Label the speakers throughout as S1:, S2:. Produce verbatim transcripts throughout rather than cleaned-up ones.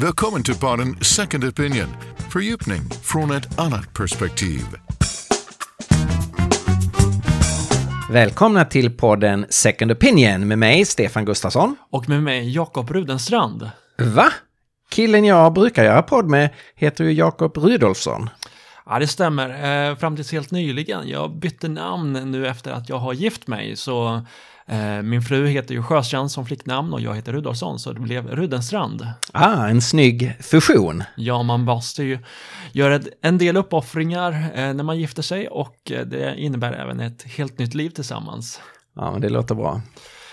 S1: Välkommen till podden Second Opinion. Fördjupning från ett annat perspektiv.
S2: Välkomna till podden Second Opinion med mig, Stefan Gustafsson.
S3: Och med mig, Jakob Rudenstrand.
S2: Va? Killen jag brukar göra podd med heter ju Jakob Rudolfsson.
S3: Ja, det stämmer. Eh, fram tills helt nyligen. Jag bytte namn nu efter att jag har gift mig. Så eh, min fru heter ju Sjöstrand som flicknamn och jag heter Rudolfsson. Så det blev Rudenstrand.
S2: Ah, en snygg fusion.
S3: Ja, man måste ju göra en del uppoffringar eh, när man gifter sig. Och eh, det innebär även ett helt nytt liv tillsammans.
S2: Ja, men det låter bra.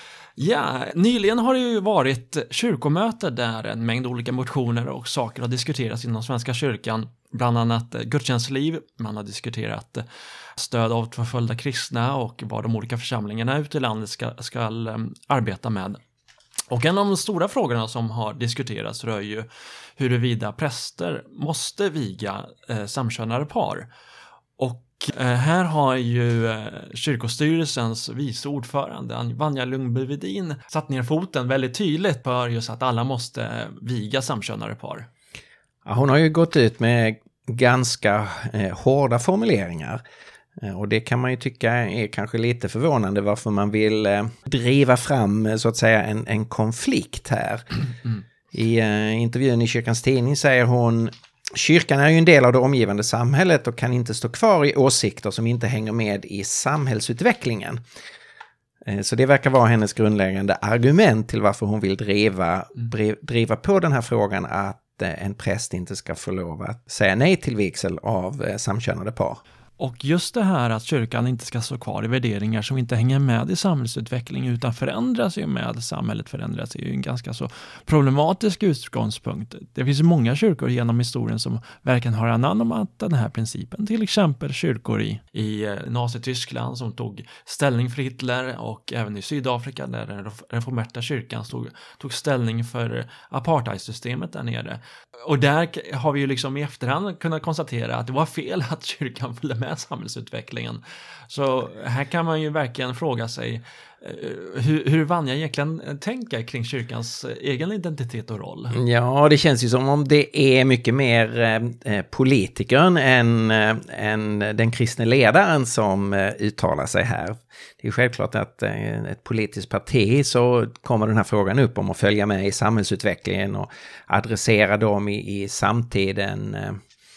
S3: Ja, nyligen har det ju varit kyrkomöte där en mängd olika motioner och saker har diskuterats inom Svenska kyrkan. Bland annat gudstjänstliv, man har diskuterat stöd av förföljda kristna och vad de olika församlingarna ute i landet ska, ska um, arbeta med. Och en av de stora frågorna som har diskuterats rör ju huruvida präster måste viga eh, samkönade par. Och eh, här har ju eh, kyrkostyrelsens vice ordförande Vanja Lundby-Wedin satt ner foten väldigt tydligt för just att alla måste viga samkönade par.
S2: Ja, hon har ju gått ut med ganska eh, hårda formuleringar. Eh, och det kan man ju tycka är kanske lite förvånande varför man vill eh, driva fram så att säga en, en konflikt här. Mm. I eh, intervjun i Kyrkans tidning säger hon: kyrkan är ju en del av det omgivande samhället och kan inte stå kvar i åsikter som inte hänger med i samhällsutvecklingen. Eh, så det verkar vara hennes grundläggande argument till varför hon vill driva, mm. driva på den här frågan att en präst inte ska få lov att säga nej till vigsel av eh, samkönade par.
S3: Och just det här att kyrkan inte ska stå kvar i värderingar som inte hänger med i samhällsutveckling utan förändras ju med samhället förändras är ju en ganska så problematisk utgångspunkt. Det finns många kyrkor genom historien som verkligen har anammat den här principen. Till exempel kyrkor i, i Nazityskland som tog ställning för Hitler och även i Sydafrika där den reformerta kyrkan stod, tog ställning för apartheidsystemet där nere. Och där har vi ju liksom i efterhand kunnat konstatera att det var fel att kyrkan följde med samhällsutvecklingen. Så här kan man ju verkligen fråga sig hur, hur Vanja egentligen tänker kring kyrkans egen identitet och roll.
S2: Ja, det känns ju som om det är mycket mer eh, politikern än, eh, än den kristne ledaren som eh, uttalar sig här. Det är självklart att eh, ett politiskt parti så kommer den här frågan upp om att följa med i samhällsutvecklingen och adressera dem i, i samtiden eh,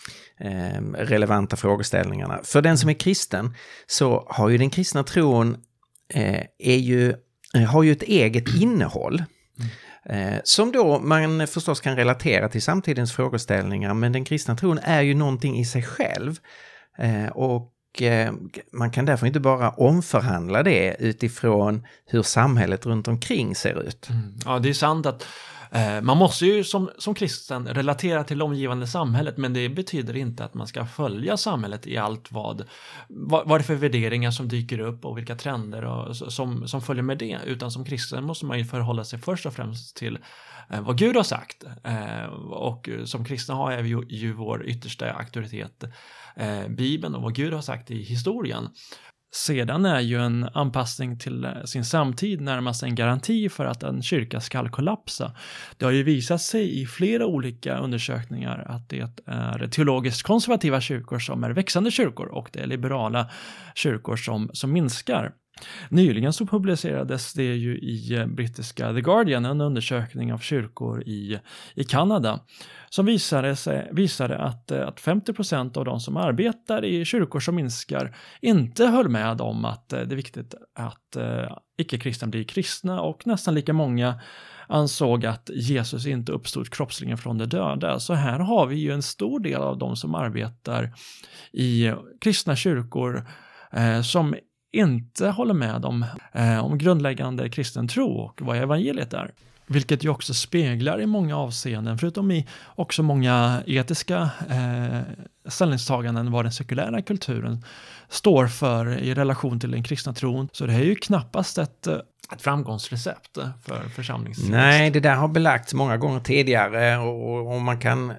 S2: relevanta frågeställningarna. För den som är kristen så har ju den kristna tron eh, är ju, har ju ett eget innehåll eh, som då man förstås kan relatera till samtidens frågeställningar, men den kristna tron är ju någonting i sig själv eh, och eh, man kan därför inte bara omförhandla det utifrån hur samhället runt omkring ser ut.
S3: Mm. Ja, det är sant att man måste ju som, som kristen relatera till det omgivande samhället, men det betyder inte att man ska följa samhället i allt vad, vad, vad det är för värderingar som dyker upp och vilka trender och, som, som följer med det. Utan som kristen måste man ju förhålla sig först och främst till eh, vad Gud har sagt. Eh, och som kristna har vi ju, ju vår yttersta auktoritet, eh, Bibeln och vad Gud har sagt i historien. Sedan är ju en anpassning till sin samtid närmast en garanti för att en kyrka ska kollapsa. Det har ju visat sig i flera olika undersökningar att det är teologiskt konservativa kyrkor som är växande kyrkor och det är liberala kyrkor som, som minskar. Nyligen så publicerades det ju i brittiska The Guardian en undersökning av kyrkor i, i Kanada som visade, sig, visade att, att femtio procent av de som arbetar i kyrkor som minskar inte höll med om att det är viktigt att uh, icke-kristna blir kristna och nästan lika många ansåg att Jesus inte uppstod kroppsligen från de döda. Så här har vi ju en stor del av de som arbetar i kristna kyrkor uh, som inte håller med om, eh, om grundläggande kristen tro och vad evangeliet är. Vilket ju också speglar i många avseenden, förutom i också många etiska eh, ställningstaganden vad den sekulära kulturen står för i relation till den kristna tron. Så det är ju knappast ett, ett framgångsrecept för församlings.
S2: Nej, det där har belagts många gånger tidigare och, och man kan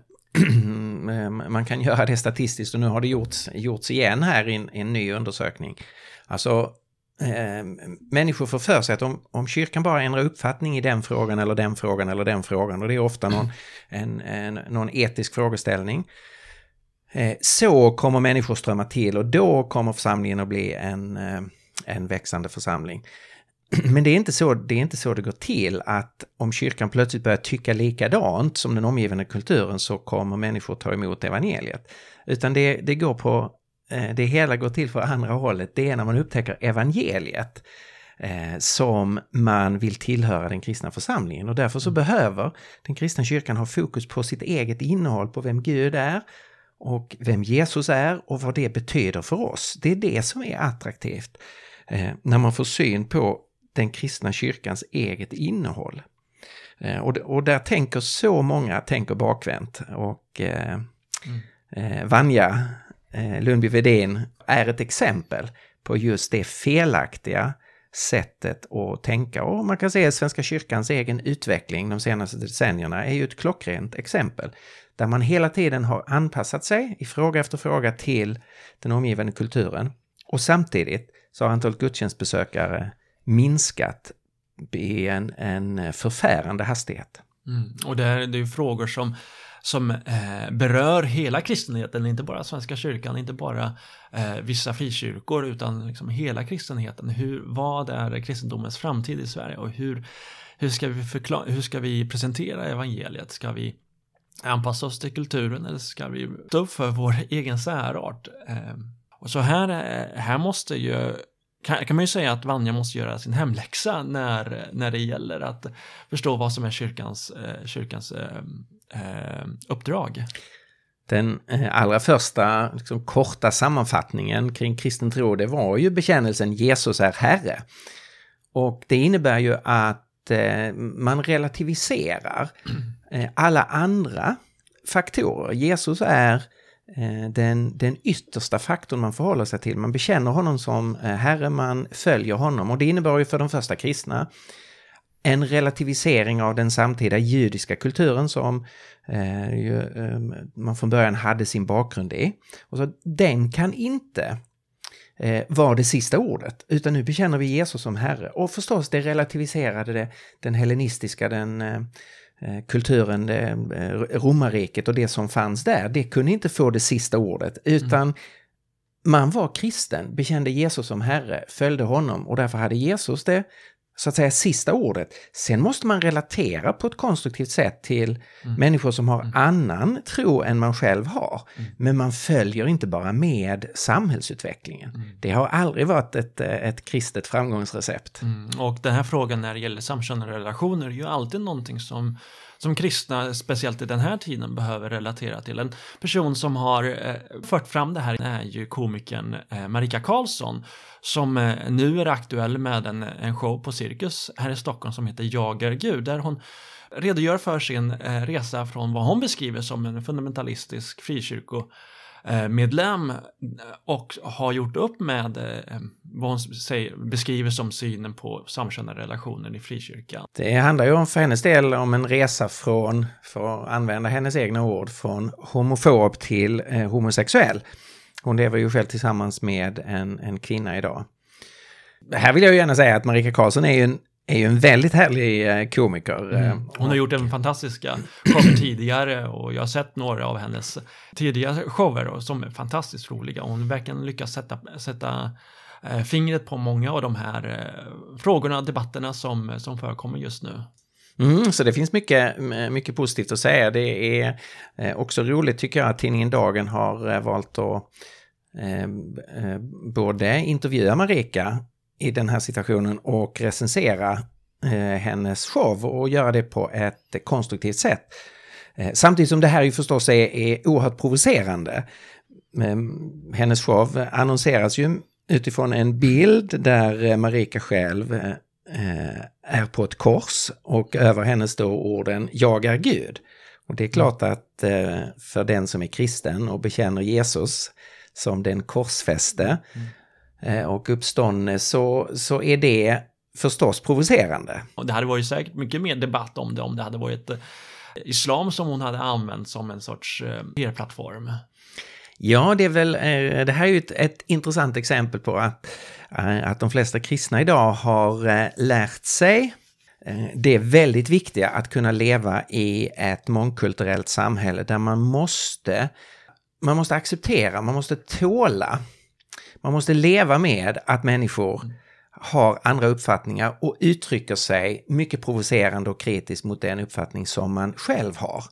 S2: man kan göra det statistiskt och nu har det gjorts, gjorts igen här i en, i en ny undersökning. Alltså eh, människor får för sig att om, om kyrkan bara ändrar uppfattning i den frågan eller den frågan eller den frågan, och det är ofta någon, en, en, någon etisk frågeställning, eh, så kommer människor strömma till och då kommer församlingen att bli en, eh, en växande församling. Men det är, inte så, det är inte så det går till, att om kyrkan plötsligt börjar tycka likadant som den omgivande kulturen så kommer människor ta emot evangeliet. Utan det, det går på, det hela går till för andra hållet. Det är när man upptäcker evangeliet eh, som man vill tillhöra den kristna församlingen. Och därför så mm. behöver den kristna kyrkan ha fokus på sitt eget innehåll, på vem Gud är och vem Jesus är och vad det betyder för oss. Det är det som är attraktivt eh, när man får syn på den kristna kyrkans eget innehåll. Eh, och, och där tänker så många tänker bakvänt. Och eh, mm. eh, Vanja eh, Lundby-Wedin är ett exempel på just det felaktiga sättet att tänka. Och man kan säga att Svenska kyrkans egen utveckling de senaste decennierna är ju ett klockrent exempel. Där man hela tiden har anpassat sig i fråga efter fråga till den omgivande kulturen. Och samtidigt så har antalet gudstjänstbesökare minskat i en, en förfärande hastighet.
S3: Mm. Och det är, det är ju frågor som, som eh, berör hela kristenheten, inte bara Svenska kyrkan, inte bara eh, vissa frikyrkor, utan liksom hela kristenheten. Hur, vad är kristendomens framtid i Sverige och hur, hur, ska vi förklara, hur ska vi presentera evangeliet? Ska vi anpassa oss till kulturen eller ska vi stå upp för vår egen särart? Eh, och så här, här måste ju Kan, kan man ju säga att Vanja måste göra sin hemläxa när, när det gäller att förstå vad som är kyrkans, eh, kyrkans eh, eh, uppdrag.
S2: Den eh, allra första liksom, korta sammanfattningen kring kristen tro, det var ju bekännelsen Jesus är Herre. Och det innebär ju att eh, man relativiserar eh, alla andra faktorer. Jesus är Den, den yttersta faktorn man förhåller sig till. Man bekänner honom som Herre, man följer honom. Och det innebär ju för de första kristna en relativisering av den samtida judiska kulturen som eh, ju, eh, man från början hade sin bakgrund i. Och så den kan inte eh, vara det sista ordet, utan nu bekänner vi Jesus som Herre. Och förstås det relativiserade det, den hellenistiska, den eh, kulturen, det, romarriket och det som fanns där, det kunde inte få det sista ordet, utan mm. man var kristen, bekände Jesus som Herre, följde honom och därför hade Jesus det, så att säga, sista ordet. Sen måste man relatera på ett konstruktivt sätt till mm. människor som har mm. annan tro än man själv har. Mm. Men man följer inte bara med samhällsutvecklingen. Mm. Det har aldrig varit ett, ett kristet framgångsrecept.
S3: Mm. Och den här frågan när det gäller samkönade relationer är ju alltid någonting som som kristna, speciellt i den här tiden, behöver relatera till. En person som har eh, fört fram det här är ju komikern eh, Marika Karlsson, som eh, nu är aktuell med en, en show på Cirkus här i Stockholm som heter Jag är Gud, där hon redogör för sin eh, resa från vad hon beskriver som en fundamentalistisk frikyrko medlem och har gjort upp med eh, vad hon säger, beskriver som synen på samkönade relationer i frikyrkan.
S2: Det handlar ju om för hennes del om en resa från, för att använda hennes egna ord, från homofob till eh, homosexuell. Hon lever ju själv tillsammans med en, en kvinna idag. Här vill jag gärna säga att Marika Karlsson är ju en är ju en väldigt härlig komiker.
S3: Mm. Hon har gjort en fantastiska shower tidigare och jag har sett några av hennes tidigare shower som är fantastiskt roliga. Hon verkligen lyckas sätta, sätta eh, fingret på många av de här eh, frågorna och debatterna som, som förekommer just nu.
S2: Mm, så det finns mycket, mycket positivt att säga. Det är eh, också roligt tycker jag att tidningen Dagen har eh, valt att eh, eh, både intervjua Marika i den här situationen och recensera eh, hennes show och göra det på ett konstruktivt sätt. Eh, samtidigt som det här ju förstås är, är oerhört provocerande. Eh, hennes show annonseras ju utifrån en bild där Marika själv eh, är på ett kors och över henne står orden Jag är Gud. Och det är klart att eh, för den som är kristen och bekänner Jesus som den korsfäste mm. och uppstånd så, så är det förstås provocerande.
S3: Och det hade varit säkert mycket mer debatt om det om det hade varit eh, islam som hon hade använt som en sorts eh, peer-plattform.
S2: Ja, det är väl, eh, det här är ju ett, ett intressant exempel på att, att de flesta kristna idag har lärt sig det är väldigt viktigt att kunna leva i ett mångkulturellt samhälle där man måste, man måste acceptera, man måste tåla, man måste leva med att människor har andra uppfattningar och uttrycker sig mycket provocerande och kritiskt mot den uppfattning som man själv har.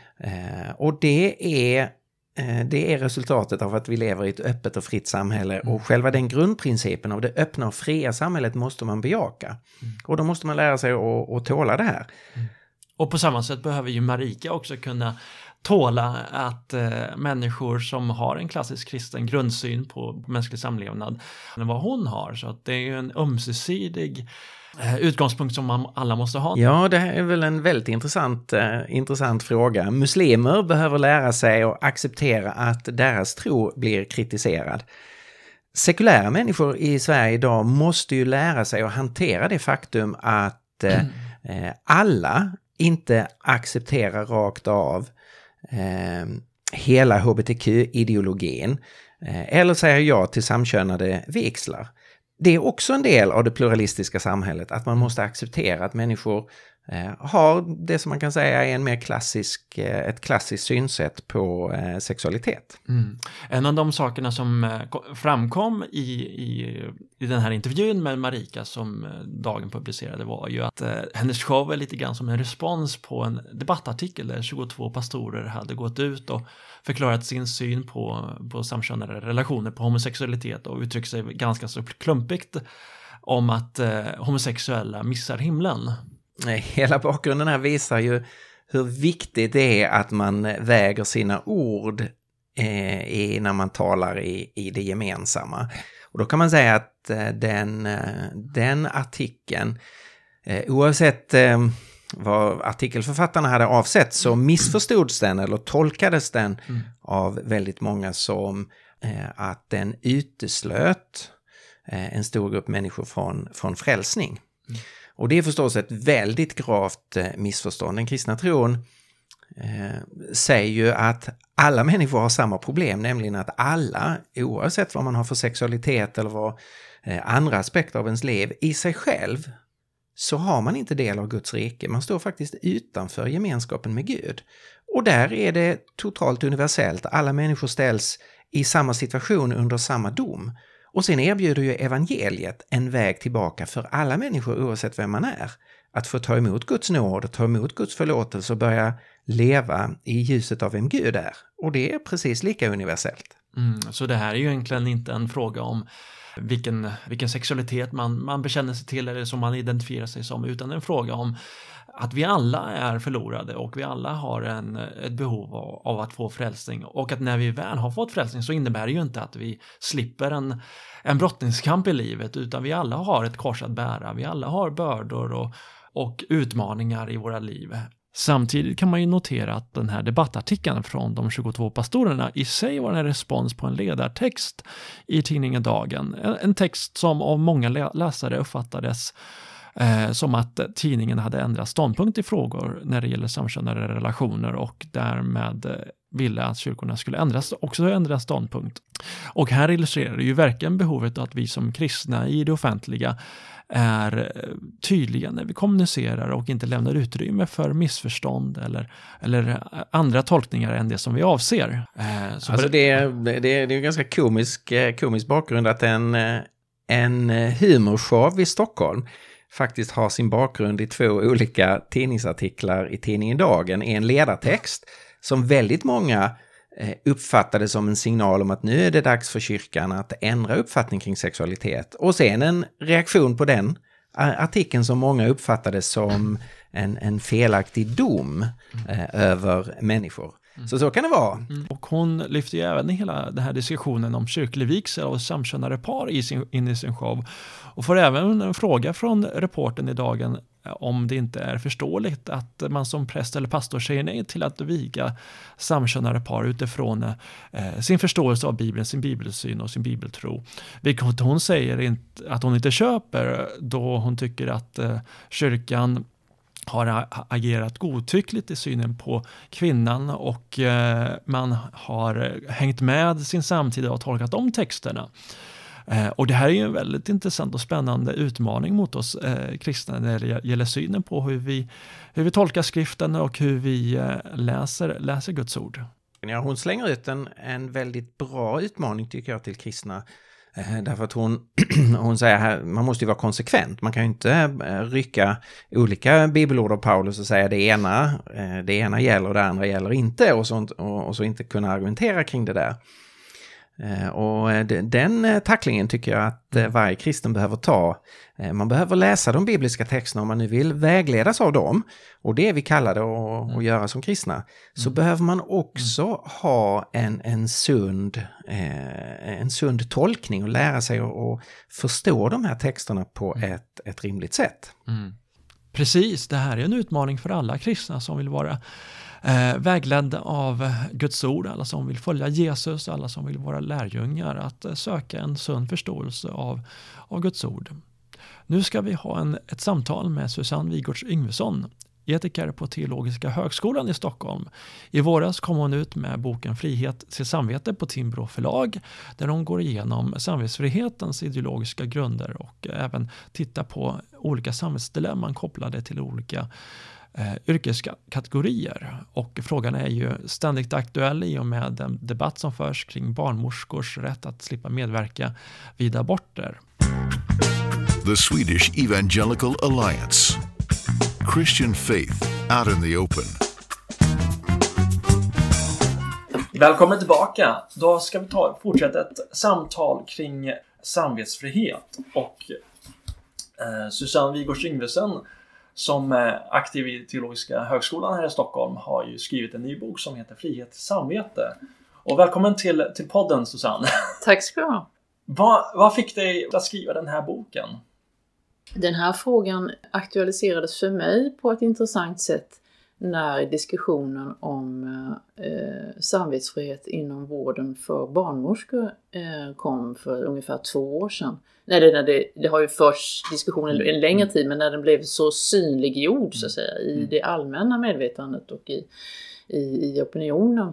S2: Mm. Och det är Det är resultatet av att vi lever i ett öppet och fritt samhälle och själva den grundprincipen av det öppna och fria samhället måste man bejaka. Mm. Och då måste man lära sig att, att tåla det här.
S3: Mm. Och på samma sätt behöver ju Marika också kunna tåla att eh, människor som har en klassisk kristen grundsyn på mänsklig samlevnad än vad hon har. Så att det är ju en ömsesidig utgångspunkt som man alla måste ha.
S2: Ja, det här är väl en väldigt intressant, eh, intressant fråga. Muslimer behöver lära sig och acceptera att deras tro blir kritiserad. Sekulära människor i Sverige idag måste ju lära sig att hantera det faktum att eh, mm. alla inte accepterar rakt av eh, hela H B T Q-ideologin eh, eller säger ja till samkönade vigslar. Det är också en del av det pluralistiska samhället att man måste acceptera att människor eh, har det som man kan säga är en mer klassisk, eh, ett klassiskt synsätt på eh, sexualitet.
S3: Mm. En av de sakerna som eh, framkom i, i, i den här intervjun med Marika som eh, Dagen publicerade var ju att eh, hennes show är lite grann som en respons på en debattartikel där tjugotvå pastorer hade gått ut och förklarat sin syn på, på samkönade relationer, på homosexualitet och uttryckt sig ganska så klumpigt om att eh, homosexuella missar himlen.
S2: Hela bakgrunden här visar ju hur viktigt det är att man väger sina ord eh, i, när man talar i, i det gemensamma. Och då kan man säga att eh, den, den artikeln, eh, oavsett eh, vad artikelförfattarna hade avsett, så missförstods den eller tolkades den mm. av väldigt många som eh, att den uteslöt eh, en stor grupp människor från, från frälsning. Mm. Och det är förstås ett väldigt gravt eh, missförstånd. Den kristna tron eh, säger ju att alla människor har samma problem, nämligen att alla, oavsett vad man har för sexualitet eller vad eh, andra aspekter av ens liv, i sig själv så har man inte del av Guds rike. Man står faktiskt utanför gemenskapen med Gud. Och där är det totalt universellt. Alla människor ställs i samma situation under samma dom. Och sen erbjuder ju evangeliet en väg tillbaka för alla människor oavsett vem man är. Att få ta emot Guds nåd, ta emot Guds förlåtelse och börja leva i ljuset av vem Gud är. Och det är precis lika universellt.
S3: Mm, så det här är ju egentligen inte en fråga om vilken, vilken sexualitet man, man bekänner sig till eller som man identifierar sig som, utan en fråga om att vi alla är förlorade och vi alla har en, ett behov av, av att få frälsning, och att när vi väl har fått frälsning så innebär det ju inte att vi slipper en, en brottningskamp i livet, utan vi alla har ett kors att bära, vi alla har bördor och, och utmaningar i våra liv. Samtidigt kan man ju notera att den här debattartikeln från de tjugotvå pastorerna i sig var en respons på en ledartext i tidningen Dagen. En text som av många läsare uppfattades eh, som att tidningen hade ändrat ståndpunkt i frågor när det gäller samkönade relationer och därmed eh, ville att kyrkorna skulle ändras, också ändra ståndpunkt. Och här illustrerar det ju verkligen behovet av att vi som kristna i det offentliga är tydliga när vi kommunicerar och inte lämnar utrymme för missförstånd eller, eller andra tolkningar än det som vi avser.
S2: Så alltså det, är, det, är, det är en ganska komisk, komisk bakgrund att en, en humorshow i Stockholm faktiskt har sin bakgrund i två olika tidningsartiklar i tidningen Dagen. En ledartext som väldigt många uppfattade som en signal om att nu är det dags för kyrkan att ändra uppfattning kring sexualitet. Och sen en reaktion på den artikeln som många uppfattade som en, en felaktig dom eh, över människor. Mm. Så så kan det vara.
S3: Mm. Och hon lyfter ju även hela den här diskussionen om kyrklig vigsel och samkönade par i sin, in i sin show. Och får även en fråga från reportern i Dagen om det inte är förståeligt att man som präst eller pastor säger nej till att viga samkönade par utifrån eh, sin förståelse av Bibeln, sin bibelsyn och sin bibeltro. Vilket hon säger inte, att hon inte köper, då hon tycker att eh, kyrkan har agerat godtyckligt i synen på kvinnan och eh, man har hängt med sin samtid och tolkat de texterna. Eh, och det här är ju en väldigt intressant och spännande utmaning mot oss eh, kristna när det gäller synen på hur vi, hur vi tolkar skriften och hur vi eh, läser, läser Guds ord.
S2: Ja, hon slänger ut en, en väldigt bra utmaning tycker jag till kristna. Eh, därför att hon, hon säger här, man måste ju vara konsekvent. Man kan ju inte eh, rycka olika bibelord av Paulus och säga det ena, eh, det ena gäller och det andra gäller inte. Och så, och, och så inte kunna argumentera kring det där. Eh, och den tacklingen tycker jag att eh, varje kristen behöver ta. Eh, man behöver läsa de bibliska texterna om man nu vill vägledas av dem. Och det är vi kallade att, att göra som kristna. Så mm. behöver man också mm. ha en, en, sund, eh, en sund tolkning och lära sig att förstå de här texterna på mm. ett, ett rimligt sätt.
S3: Mm. Precis, det här är en utmaning för alla kristna som vill vara Eh, vägledd av Guds ord, alla som vill följa Jesus, alla som vill vara lärjungar, att eh, söka en sund förståelse av, av Guds ord. Nu ska vi ha en, ett samtal med Susanne Wigårds Yngvesson, etiker på Teologiska högskolan i Stockholm. I våras kom hon ut med boken Frihet till samvete på Timbro förlag, där hon går igenom samvetsfrihetens ideologiska grunder och även tittar på olika samhällsdilemman kopplade till olika Eh, yrkeskategorier. Och frågan är ju ständigt aktuell i och med den debatt som förs kring barnmorskors rätt att slippa medverka vid aborter.
S1: The Swedish Evangelical Alliance. Christian faith out in the open.
S3: Välkommen tillbaka. Då ska vi ta, fortsätta ett samtal kring samvetsfrihet. Och eh, Susanne Wigårds Yngvesson, som är aktiv i Teologiska högskolan här i Stockholm, har ju skrivit en ny bok som heter Frihet till samvete. Och välkommen till, till podden, Susanne.
S4: Tack ska du ha.
S3: Vad, vad fick dig att skriva den här boken?
S4: Den här frågan aktualiserades för mig på ett intressant sätt när diskussionen om eh, samvetsfrihet inom vården för barnmorskor eh, kom för ungefär två år sedan. Nej, det, det, det har ju förts diskussioner en längre tid, men när den blev så synliggjord så att säga, i det allmänna medvetandet och i, i, i opinionen,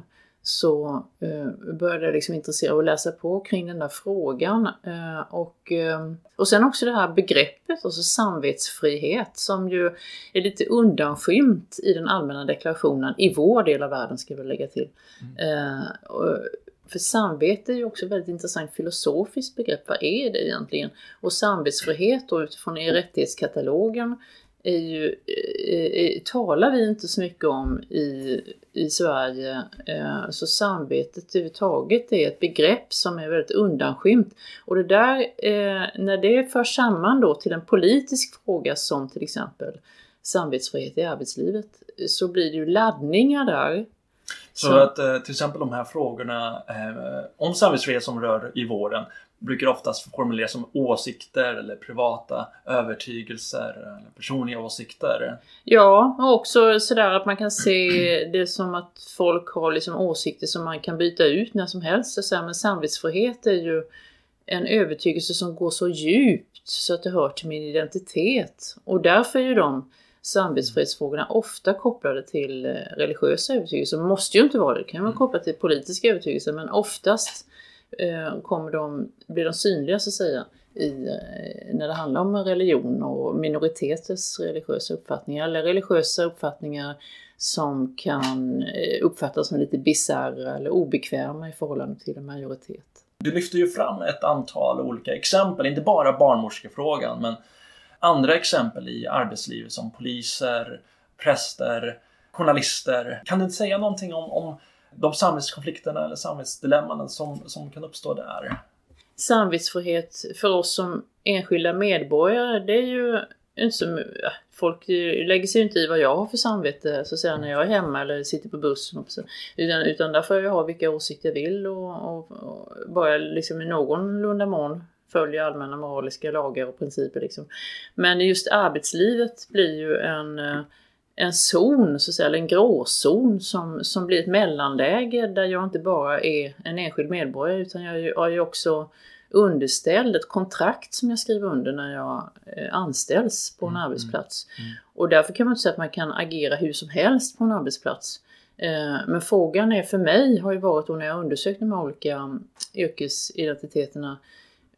S4: så eh, började jag liksom intressera och läsa på kring den där frågan. Eh, och, eh, och sen också det här begreppet, alltså samvetsfrihet, som ju är lite undanskymt i den allmänna deklarationen i vår del av världen, ska vi lägga till. Eh, och, för samvete är ju också ett väldigt intressant filosofiskt begrepp. Vad är det egentligen? Och samvetsfrihet då, utifrån i rättighetskatalogen är ju, är, talar vi inte så mycket om i, i Sverige. Eh, så samvetet överhuvudtaget är ett begrepp som är väldigt undanskymt. Och det där, eh, när det förs samman då till en politisk fråga som till exempel samvetsfrihet i arbetslivet, så blir det ju laddningar där.
S3: Så, så att till exempel de här frågorna eh, om samvetsfrihet som rör i vården brukar oftast formuleras som åsikter eller privata övertygelser eller personliga åsikter.
S4: Ja, och också sådär att man kan se det som att folk har liksom åsikter som man kan byta ut när som helst. Så men samvetsfrihet är ju en övertygelse som går så djupt så att det hör till min identitet. Och därför är ju de samvetsfrihetsfrågorna ofta kopplade till religiösa övertygelser. De måste ju inte vara det, det kan vara kopplat till politiska övertygelser, men oftast eh, kommer de, blir de synliga så att säga i, eh, när det handlar om religion och minoriteters religiösa uppfattningar eller religiösa uppfattningar som kan eh, uppfattas som lite bizarra eller obekväma i förhållande till en majoritet.
S3: Du lyfter ju fram ett antal olika exempel, inte bara barnmorskefrågan, men andra exempel i arbetslivet som poliser, präster, journalister. Kan du inte säga någonting om, om de samhällskonflikterna eller samhällsdilemman som, som kan uppstå där?
S4: Samvetsfrihet för oss som enskilda medborgare, det är ju inte så, folk lägger sig inte i vad jag har för samvete så att säga, när jag är hemma eller sitter på bussen. Utan, utan där får jag ha vilka åsikter jag vill och, och, och bara liksom i någorlunda mån följa allmänna moraliska lagar och principer liksom. Men just arbetslivet blir ju en, en zon så att säga, eller en gråzon som, som blir ett mellanläge där jag inte bara är en enskild medborgare utan jag är ju också underställd ett kontrakt som jag skriver under när jag anställs på en mm, arbetsplats. Mm. Och därför kan man inte säga att man kan agera hur som helst på en arbetsplats. Men frågan är för mig har ju varit då när jag undersökt de här olika yrkesidentiteterna,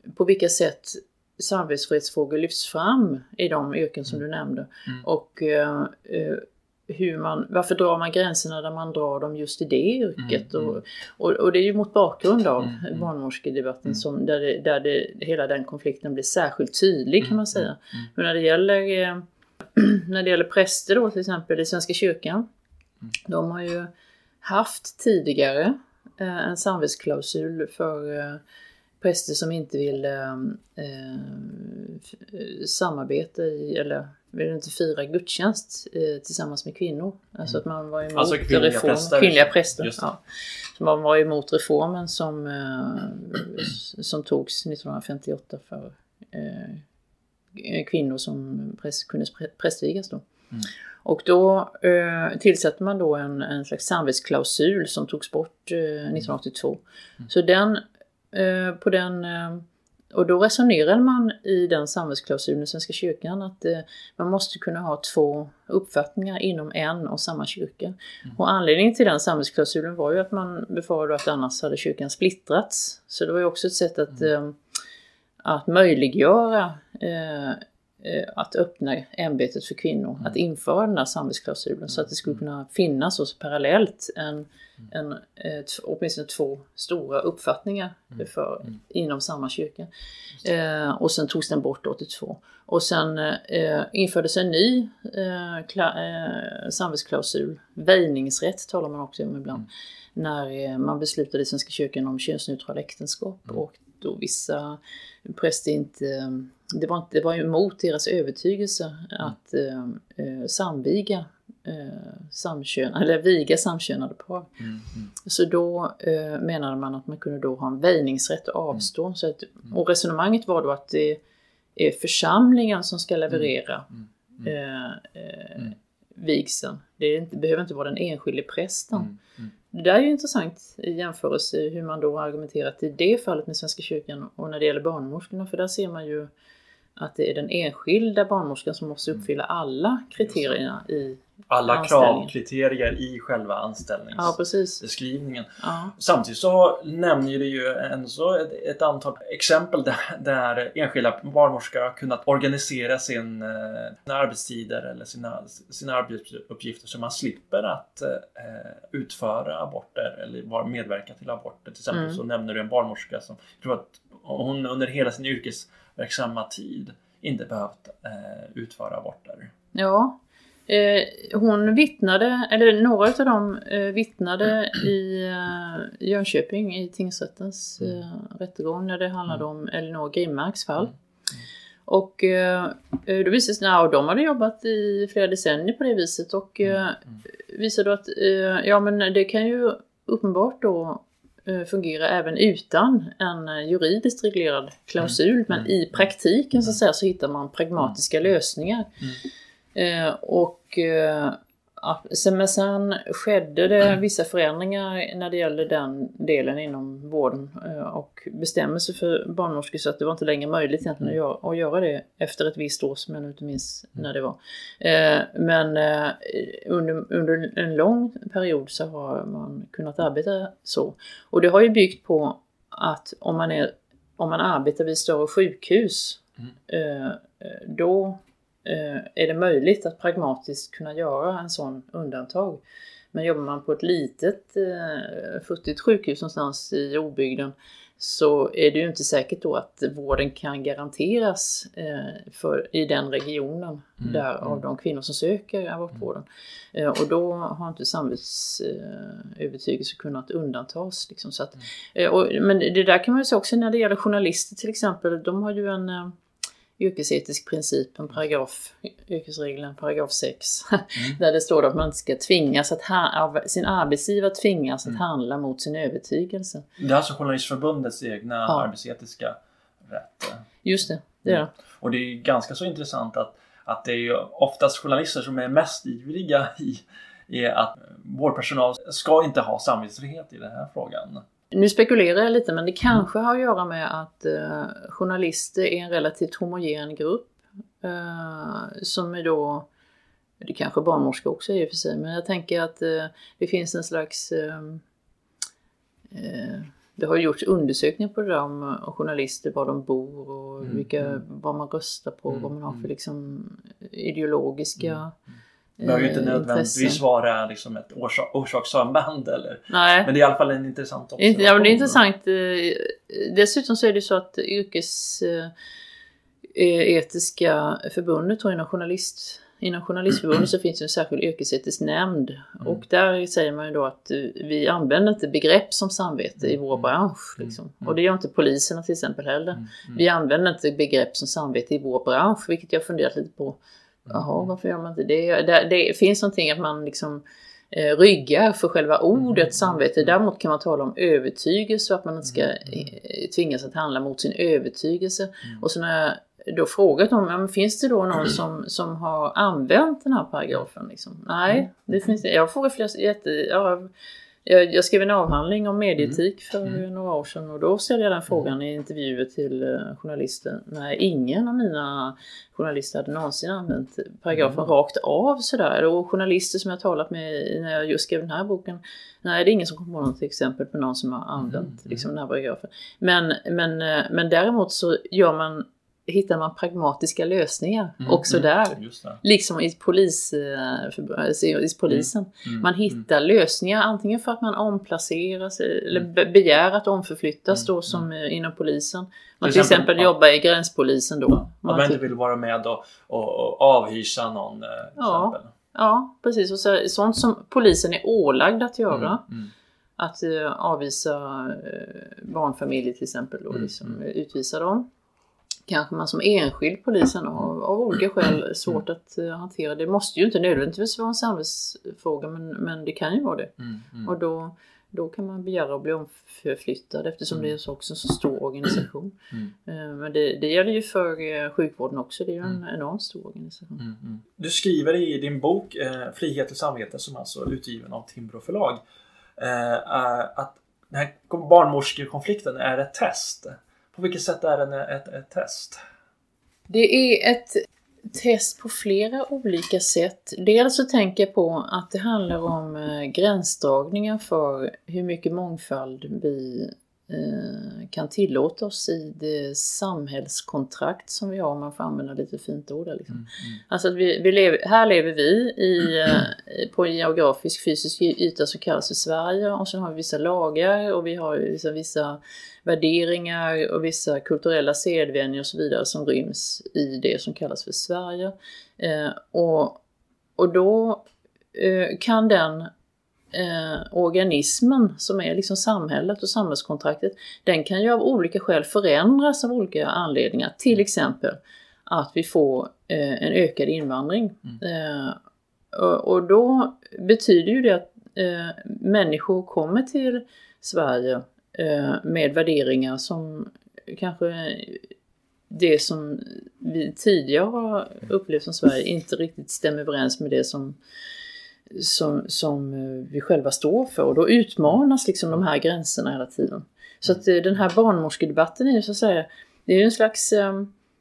S4: på vilka sätt samvetsfrihetsfrågor lyfts fram i de yrken som du nämnde.
S3: Mm.
S4: Och uh, uh, hur man, varför drar man gränserna där man drar dem just i det yrket. Mm. Och, och, och det är ju mot bakgrund av mm. barnmorskedebatten mm. som, där, det, där det, hela den konflikten blir särskilt tydlig kan man säga. Mm. Mm. Men när det gäller, eh, när det gäller präster då till exempel i Svenska kyrkan, mm. de har ju haft tidigare eh, en samvetsklausul för eh, präster som inte vill eh, eh, samarbeta i, eller vill inte fira gudstjänst eh, tillsammans med kvinnor. Alltså att man var emot
S3: alltså kvinnliga
S4: reform,
S3: präster.
S4: Kvinnliga präster.
S3: Just det.
S4: Ja. Så man var emot reformen som, eh, som togs nittonhundrafemtioåtta för eh, kvinnor som präst, kunde prästvigas då. Mm. Och då eh, tillsatte man då en, en slags samvetsklausul som togs bort eh, nittonhundraåttiotvå. Mm. Så den, eh, på den, eh, och då resonerade man i den samvetsklausulen i Svenska kyrkan att eh, man måste kunna ha två uppfattningar inom en och samma kyrka. Mm. Och anledningen till den samvetsklausulen var ju att man befarade att annars hade kyrkan splittrats. Så det var ju också ett sätt att, mm. eh, att möjliggöra eh, att öppna ämbetet för kvinnor, mm. att införa den här samvetsklausulen mm. så att det skulle kunna finnas också parallellt en, mm. en, ett, åtminstone två stora uppfattningar mm. för, mm. inom samma kyrka. Eh, och sen togs den bort åttiotvå. Och sen eh, infördes en ny eh, kla, eh, samvetsklausul, väjningsrätt talar man också om ibland, mm. när eh, man beslutade i Svenska kyrkan om könsneutrala äktenskap mm. och då vissa präster inte, det var, inte, det var ju emot deras övertygelse mm. att eh, samviga eh, samkön, eller viga samkönade par. Mm. Mm. Så då eh, menade man att man kunde då ha en väjningsrätt och avstå. Mm. Så att, och resonemanget var då att det är församlingen som ska leverera mm. Mm. Eh, eh, mm. vigseln. Det är inte, behöver inte vara den enskilde prästen. Mm. Mm. Det där är ju intressant i jämförelse hur man då har argumenterat i det fallet med Svenska kyrkan och när det gäller barnmorskorna. För där ser man ju att det är den enskilda barnmorskan som måste uppfylla alla kriterierna i
S3: alla kravkriterier i själva anställningsbeskrivningen.
S4: Ja, ja.
S3: Samtidigt så nämner det ju ändå ett, ett antal exempel där, där enskilda barnmorskor har kunnat organisera sin, sina arbetstider eller sina, sina arbetsuppgifter så man slipper att eh, utföra aborter eller bara medverka till aborter. Till exempel mm. så nämner du en barnmorska som jag tror att hon under hela sin yrkesverksamma tid inte behövt eh, utföra aborter.
S4: Ja. Eh, hon vittnade, eller några av dem eh, vittnade i eh, Jönköping i tingsrättens eh, rättegång när det handlade mm. om Elinor Grimmarks fall. Mm. Mm. Och eh, då visade det sig att de hade jobbat i flera decennier på det viset och eh, mm. visade att eh, ja, men det kan ju uppenbart då eh, fungera även utan en juridiskt reglerad klausul, mm. men i praktiken så, att säga, så hittar man pragmatiska mm. lösningar. Mm. Eh, och eh, sen, men sen skedde det vissa förändringar när det gällde den delen inom vården eh, och bestämmelser för barnmorskor så att det var inte längre möjligt egentligen mm. att, göra, att göra det efter ett visst år som jag nu inte minns när det var. Eh, men eh, under, under en lång period så har man kunnat arbeta så. Och det har ju byggt på att om man, är, om man arbetar vid större sjukhus mm. eh, då är det möjligt att pragmatiskt kunna göra en sån undantag. Men jobbar man på ett litet eh, futtigt sjukhus någonstans i obygden så är det ju inte säkert då att vården kan garanteras eh, för, i den regionen mm. där av mm. de kvinnor som söker abortvården. Eh, och då har inte samvetsövertygelse eh, kunnat undantas. Liksom, så att, eh, och, men det där kan man ju säga också när det gäller journalister till exempel. De har ju en eh, yrkesetisk princip, en paragraf, yrkesregeln, paragraf sex, mm. där det står att man ska tvingas att ha, sin arbetsgivare tvingas mm. att handla mot sin övertygelse.
S3: Det är alltså Journalistförbundets egna ja. arbetsetiska rätt.
S4: Just det, det är det. Mm.
S3: Och det är ganska så intressant att, att det är ju oftast journalister som är mest ivriga i, i att vårdpersonal ska inte ha samvetsfrihet i den här frågan.
S4: Nu spekulerar jag lite, men det kanske har att göra med att eh, journalister är en relativt homogen grupp eh, som är då, det kanske barnmorskor också är i och för sig, men jag tänker att eh, det finns en slags eh, eh, det har gjorts undersökningar på det där om journalister, var de bor och
S3: Mm.
S4: vilka,
S3: Mm.
S4: vad man röstar på,
S3: Mm.
S4: vad man har för
S3: Mm.
S4: liksom ideologiska
S3: Mm.
S5: Det behöver ju inte
S4: eh,
S5: nödvändigtvis
S4: intressen.
S5: vara liksom ett orsak, orsakssamband eller.
S4: Nej.
S5: Men det är i alla fall en intressant observation.
S4: Inte, ja, men det är intressant. eh, Dessutom så är det så att yrkes eh, etiska förbundet och inom journalist inom journalistförbundet så finns det en särskild yrkesetisk nämnd.
S5: Mm.
S4: Och där säger man ju då att eh, vi använder inte begrepp som samvete i vår
S5: Mm.
S4: bransch. Liksom. Och det gör inte poliserna till exempel heller.
S5: Mm. Mm.
S4: Vi använder inte begrepp som samvete i vår bransch, vilket jag funderat lite på. Jaha, varför gör man inte det? Det, det finns någonting att man liksom eh, ryggar för själva ordet
S5: Mm.
S4: samvete. Däremot kan man tala om övertygelse och att man inte ska eh, tvingas att handla mot sin övertygelse.
S5: Mm.
S4: Och så när jag då frågat om, ja, men finns det då någon som, som har använt den här paragrafen? Liksom? Nej, det finns det. Jag har frågat flera jätte... Ja, jag, jag skrev en avhandling om medieetik för
S5: Mm.
S4: några år sedan och då ställde jag den frågan i intervjuer till uh, journalister. Nej, ingen av mina journalister hade någonsin använt paragrafen
S5: Mm.
S4: rakt av sådär. Och journalister som jag talat med när jag just skrev den här boken, nej, det är ingen som kommer på något exempel på någon som har använt
S5: Mm.
S4: liksom, den här paragrafen. Men, men, uh, men däremot så gör man hittar man pragmatiska lösningar
S5: Mm,
S4: också
S5: mm,
S4: där.
S5: just det.
S4: Liksom i, polis, eh, för, i polisen.
S5: Mm,
S4: Man hittar
S5: mm.
S4: lösningar antingen för att man omplacerar sig eller be- begär att omförflyttas
S5: Mm,
S4: då som eh, inom polisen. Man
S5: Till
S4: till
S5: exempel,
S4: exempel
S5: ja.
S4: jobbar i gränspolisen då.
S5: Ja, att
S4: Man
S5: man inte
S4: typ-
S5: vill vara med och, och, och avhysa någon eh,
S4: Ja.
S5: exempel.
S4: Ja, precis. Och så, sånt som polisen är ålagd att göra.
S5: Mm, mm.
S4: Att eh, avvisa eh, barnfamiljer till exempel och
S5: Mm,
S4: liksom,
S5: mm.
S4: eh, utvisa dem. Kanske man som enskild polisen av, av olika skäl svårt att uh, hantera. Det måste ju inte nödvändigtvis vara en samhällsfråga, men, men det kan ju vara det.
S5: Mm, mm.
S4: Och då, då kan man begära att bli omförflyttad eftersom
S5: Mm.
S4: det är så också en så stor organisation.
S5: Mm.
S4: Uh, men det, det gäller ju för uh, sjukvården också. Det är ju en
S5: Mm.
S4: enormt stor organisation.
S5: Mm, mm. Du skriver i din bok eh, Frihet och samvete, som alltså är utgiven av Timbro förlag, eh, eh, att den här barnmorskekonflikten är ett test. På vilket sätt är den ett, ett test?
S4: Det är ett test på flera olika sätt. Dels så tänker jag på att det handlar om eh, gränsdragningar för hur mycket mångfald vi eh, kan tillåta oss i det samhällskontrakt som vi har, om man får använda lite fint ord där liksom.
S5: Mm, mm.
S4: Alltså att vi, vi lever, här lever vi i, eh, på en geografisk fysisk yta som kallas för Sverige, och sen har vi vissa lagar och vi har vissa, vissa värderingar och vissa kulturella sedvänjor och så vidare som ryms i det som kallas för Sverige. Eh, och, och då eh, kan den eh, organismen som är liksom samhället och samhällskontraktet, den kan ju av olika skäl förändras av olika anledningar. Till exempel att vi får eh, en ökad invandring. Eh, och, och då betyder ju det att eh, människor kommer till Sverige eh, med värderingar som kanske det som vi tidigare har upplevt som Sverige inte riktigt stämmer överens med det som, som, som vi själva står för. Och då utmanas liksom de här gränserna hela tiden. Så att den här barnmorskedebatten är ju så att säga, det är ju en slags eh,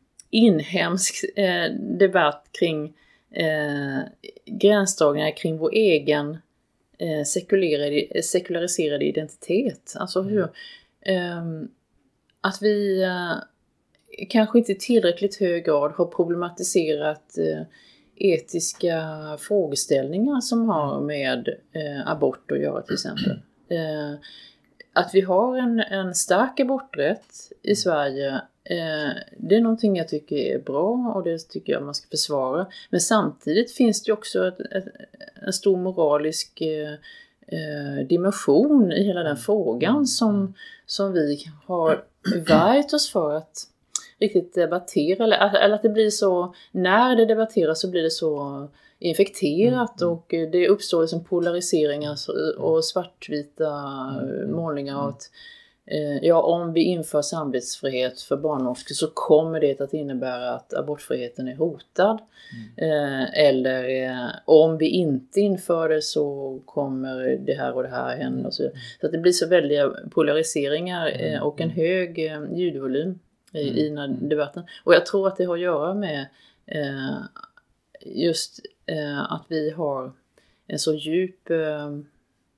S4: inhemsk eh, debatt kring eh, gränsdragningar kring vår egen eh, sekulariserade, sekulariserade identitet. Alltså hur eh, att vi eh, kanske inte i tillräckligt hög grad har problematiserat eh, etiska frågeställningar som har med eh, abort att göra till exempel. Eh, att vi har en, en stark aborträtt i Sverige, eh, det är någonting jag tycker är bra och det tycker jag man ska försvara. Men samtidigt finns det också ett, ett, en stor moralisk eh, eh, dimension i hela den frågan som, som vi har värjt oss för att riktigt debattera, eller, eller att det blir så, när det debatteras så blir det så infekterat mm. och det uppstår liksom polariseringar och svartvita mm. målningar av att eh, ja, om vi inför samvetsfrihet för barnmorskor så kommer det att innebära att abortfriheten är hotad. Mm. Eh, eller eh, om vi inte inför det så kommer det här och det här hända. Och så, så att det blir så väldiga polariseringar eh, och en hög eh, ljudvolym i, mm. i den här debatten. Och jag tror att det har att göra med eh, just eh, att vi har en så djup eh,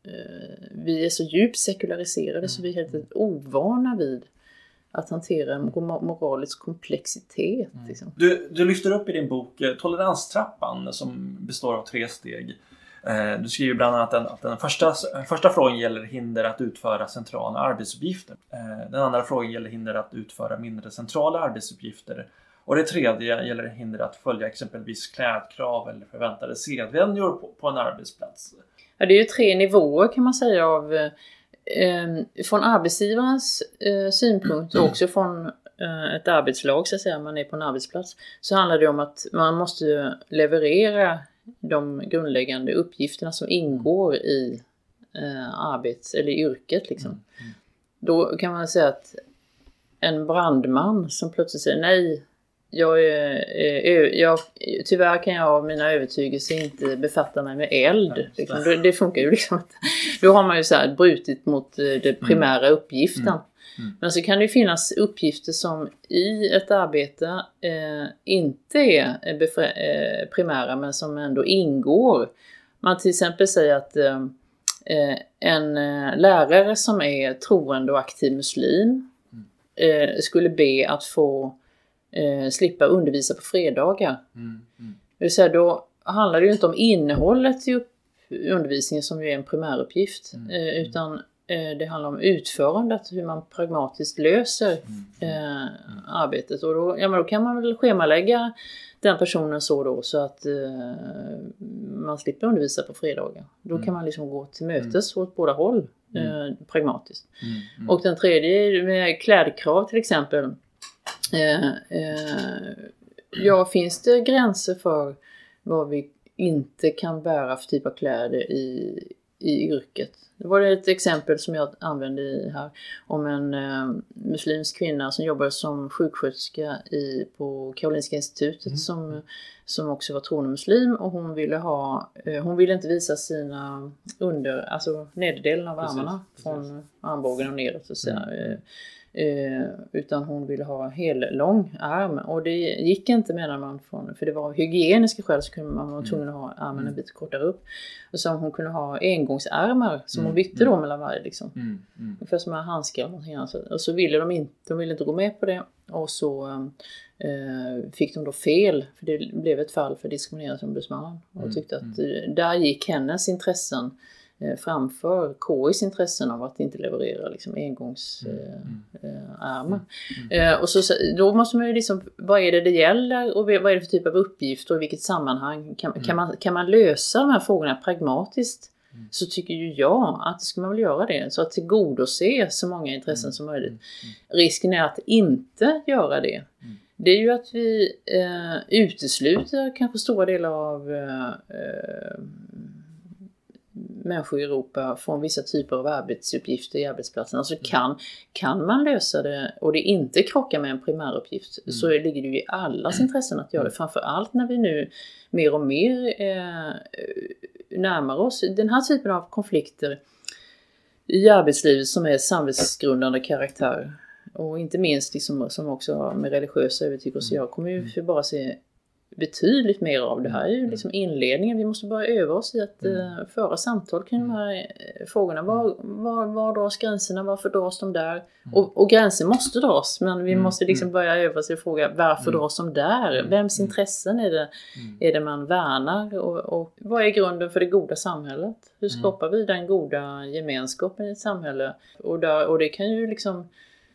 S4: eh, vi är så djupt sekulariserade mm. så vi är helt ovana vid att hantera en moralisk komplexitet. Mm. Liksom.
S5: Du, du lyfter upp i din bok eh, toleranstrappan som består av tre steg. Eh, du skriver bland annat att den första, första frågan gäller hinder att utföra centrala arbetsuppgifter. Eh, den andra frågan gäller hinder att utföra mindre centrala arbetsuppgifter. Och det tredje gäller hinder att följa exempelvis klädkrav eller förväntade sedvänjor på, på en arbetsplats.
S4: Ja, det är ju tre nivåer kan man säga av eh, från arbetsgivarens eh, synpunkt och också från eh, ett arbetslag så att säga, man är på en arbetsplats, så handlar det om att man måste leverera de grundläggande uppgifterna som ingår i eh, arbets- eller yrket liksom. Mm. Mm. Då kan man säga att en brandman som plötsligt säger nej, jag, är, jag, tyvärr kan jag av mina övertygelser inte befatta mig med eld. Ja, liksom. det, det funkar ju liksom inte. Då har man ju så här brutit mot det primära uppgiften. Mm. Mm. Men så kan det ju finnas uppgifter som i ett arbete eh, inte är befre- eh, primära men som ändå ingår. Man till exempel säger att eh, en lärare som är troende och aktiv muslim eh, skulle be att få Eh, slippa undervisa på fredagar. Mm, mm. Det vill säga, då handlar det ju inte om innehållet i upp- undervisningen som ju är en primäruppgift mm, eh, utan eh, det handlar om utförandet, hur man pragmatiskt löser eh, mm, arbetet. Och då, ja, men då kan man väl schemalägga den personen så då så att eh, man slipper undervisa på fredagar. Då mm. kan man liksom gå till mötes mm. åt båda håll eh, mm. pragmatiskt. Mm, mm. Och den tredje med klädkrav till exempel. Eh, eh, ja, finns det gränser för vad vi inte kan bära för typ av kläder i, i yrket? Det var ett exempel som jag använde i här om en eh, muslimsk kvinna som jobbar som sjuksköterska i, på Karolinska institutet mm. som, som också var troende muslim, och hon ville ha eh, hon ville inte visa sina under, alltså nederdelen av precis, armarna precis. Från armbågen och neråt så att säga. Mm. Eh, utan hon ville ha hel lång arm, och det gick inte menar man från, för det var hygieniska skäl så kunde man vara tvungen att ha armen en bit kortare upp, och så hon kunde ha engångsarmar som mm. hon bytte då mellan varje liksom. Mm. Mm. Ungefär som en handskar eller någonting annat. Och så ville de inte, de ville inte gå med på det, och så eh, fick de då fel, för det blev ett fall för diskrimineringsombudsmannen och mm. tyckte att mm. där gick hennes intressen framför K I:s intressen av att inte leverera liksom engångsarmar. Mm. Mm. Mm. Och så, då måste man ju liksom, vad är det det gäller och vad är det för typ av uppgifter och i vilket sammanhang kan, mm. kan, man, kan man lösa de här frågorna pragmatiskt, mm. så tycker ju jag att det ska man väl göra det, så att tillgodose så många intressen mm. som möjligt. Mm. Risken är att inte göra det. Mm. Det är ju att vi eh, utesluter kanske stora delar av eh, eh, människor i Europa från vissa typer av arbetsuppgifter i arbetsplatsen. Alltså kan, kan man lösa det och det inte krockar med en primäruppgift mm. så ligger det ju i allas intressen att göra det. Framförallt när vi nu mer och mer eh, närmar oss den här typen av konflikter i arbetslivet som är samvetsgrundande karaktär. Och inte minst liksom, som också med religiösa övertygelser. Jag kommer ju för bara se betydligt mer av det här. Det är ju liksom inledningen. Vi måste bara öva oss i att mm. uh, föra samtal kring de här uh, frågorna. Var, var, var dras gränserna? Varför dras de där? Mm. Och, och gränser måste dras. Men vi mm. måste liksom börja öva oss och fråga varför mm. dras de där? Vems mm. intressen är det, mm. är det man värnar? Och, och vad är grunden för det goda samhället? Hur skapar mm. vi den goda gemenskapen i ett samhälle? Och, där, och det kan ju liksom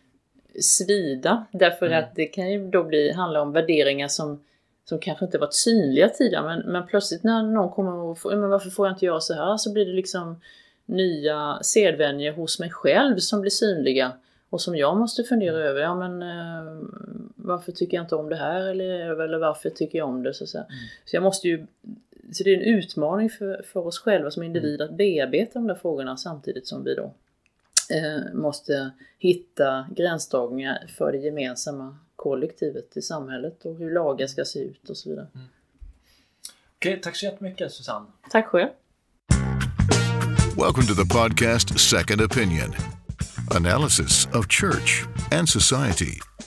S4: svida. Därför mm. att det kan ju då bli, handla om värderingar som som kanske inte varit synliga tidigare, men, men plötsligt när någon kommer och frågar, men varför får jag inte göra så här, så blir det liksom nya sedvänjor hos mig själv som blir synliga och som jag måste fundera över. Ja, men eh, varför tycker jag inte om det här, eller, eller varför tycker jag om det, så att säga. Mm. Så jag måste ju, så det är en utmaning för, för oss själva som individ att bearbeta de där frågorna samtidigt som vi då eh, måste hitta gränsdragningar för det gemensamma kollektivet i samhället och hur lagar ska se ut och så vidare. Mm.
S5: Okej, okay, tack så jättemycket Susanne.
S4: Tack själv.
S1: Welcome to the podcast Second Opinion. Analysis of church and society